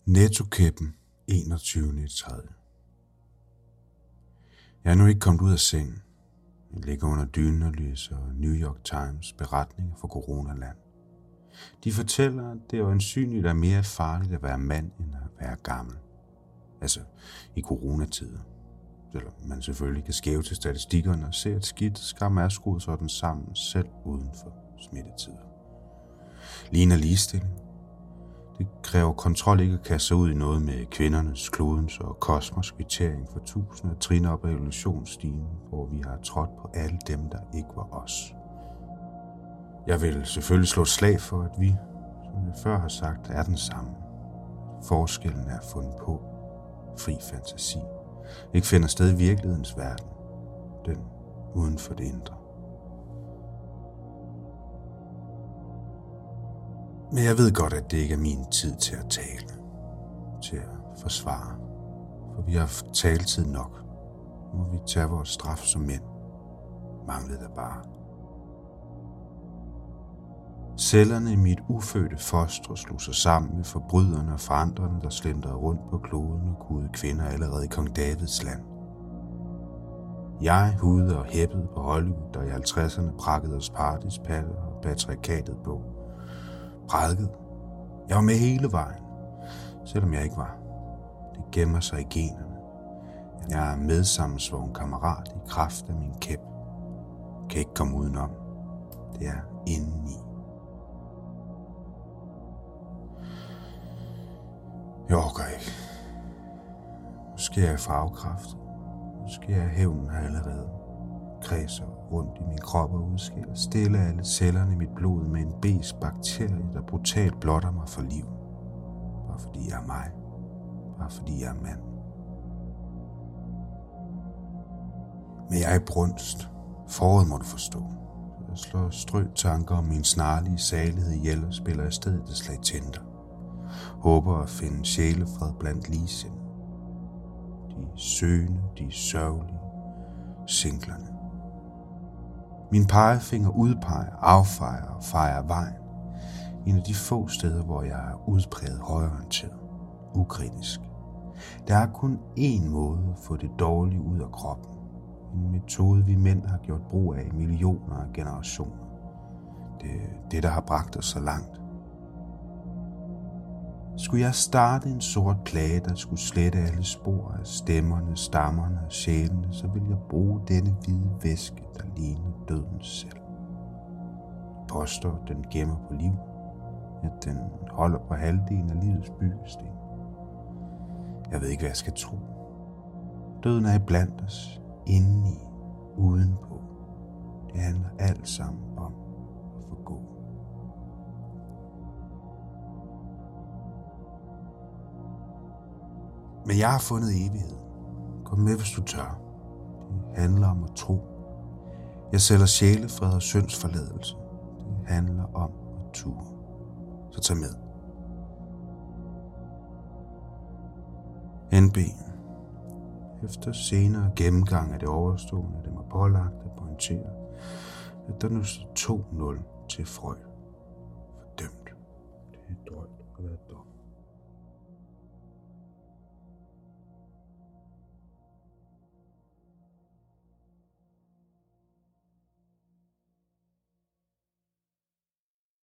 Nettokæppen 21.30. Jeg er nu ikke kommet ud af sengen. Jeg ligger under dynen og læser New York Times beretninger fra coronaland. De fortæller, at det øjensynligt er mere farligt at være mand, end at være gammel. Altså i coronatider. Selvom man selvfølgelig kan skæve til statistikkerne og se, at skidt skam er skruet sådan sammen, selv uden for smittetider. Ligner ligestilling. Det kræver kontrol ikke at kaste sig ud i noget med kvindernes, klodens og kosmos kvittering for tusinder af trin op ad evolutionsstigen, hvor vi har trådt på alle dem, der ikke var os. Jeg vil selvfølgelig slå et slag for, at vi, som jeg før har sagt, er den samme. Forskellen er fundet på. Fri fantasi. Ikke finder sted i virkelighedens verden. Den uden for det indre. Men jeg ved godt, at det ikke er min tid til at tale. Til at forsvare. For vi har haft taletid nok. Nu må vi tage vores straf som mænd. Manglede der bare. Cellerne i mit ufødte foster slog sig sammen med forbryderne og forandrerne, der slendrede rundt på kloden og kudede kvinder allerede i Kong Davids land. Jeg hudede og hæppede på Hollywood, der i 50'erne prakkede os partyspatter og patriarkatet på. Prædiket. Jeg var med hele vejen, selvom jeg ikke var. Det gemmer sig i generne. Jeg er medsammensvoren kammerat i kraft af min kæp. Kan ikke komme udenom. Det er indeni. Jeg orker ikke. Måske er jeg farvekraft. Måske er hævnen her allerede. Kredser rundt i min krop og udskiller stille alle cellerne i mit blod med en besk bakterie, der brutalt blotter mig for liv. Bare fordi jeg er mig. Bare fordi jeg er mand. Men jeg er i brunst. Foråret må du forstå. Jeg slår strødt tanker om min snarlige salighed ihjel og spiller i stedet et slag Tinder. Håber at finde sjælefred blandt ligesindede. De søgende, de sørgelige, singlerne. Min pegefinger udpeger, affejer og fejrer vejen. En af de få steder, hvor jeg er udpræget højreorienteret, ukritisk. Der er kun én måde at få det dårlige ud af kroppen. En metode, vi mænd har gjort brug af i millioner af generationer. Det er det, der har bragt os så langt. Skulle jeg starte en sort plage, der skulle slette alle spor af stemmerne, stammerne og sjælene, så ville jeg bruge denne hvide væske, der ligner døden selv. Jeg påstår, at den gemmer på liv, at den holder på halvdelen af livets byggesten. Jeg ved ikke, hvad jeg skal tro. Døden er iblandt os, indeni, udenpå. Det handler alt sammen om at forgå. Men jeg har fundet evighed. Kom med, hvis du tør. Det handler om at tro. Jeg sælger sjælefred og syndsforladelse. Det handler om at ture. Så tag med. NB. Efter senere gennemgang af det overstående, det mig pålagt at pointere, at der nu står 2-0 til Freud. Fordømt. Det er drøjt at være dom.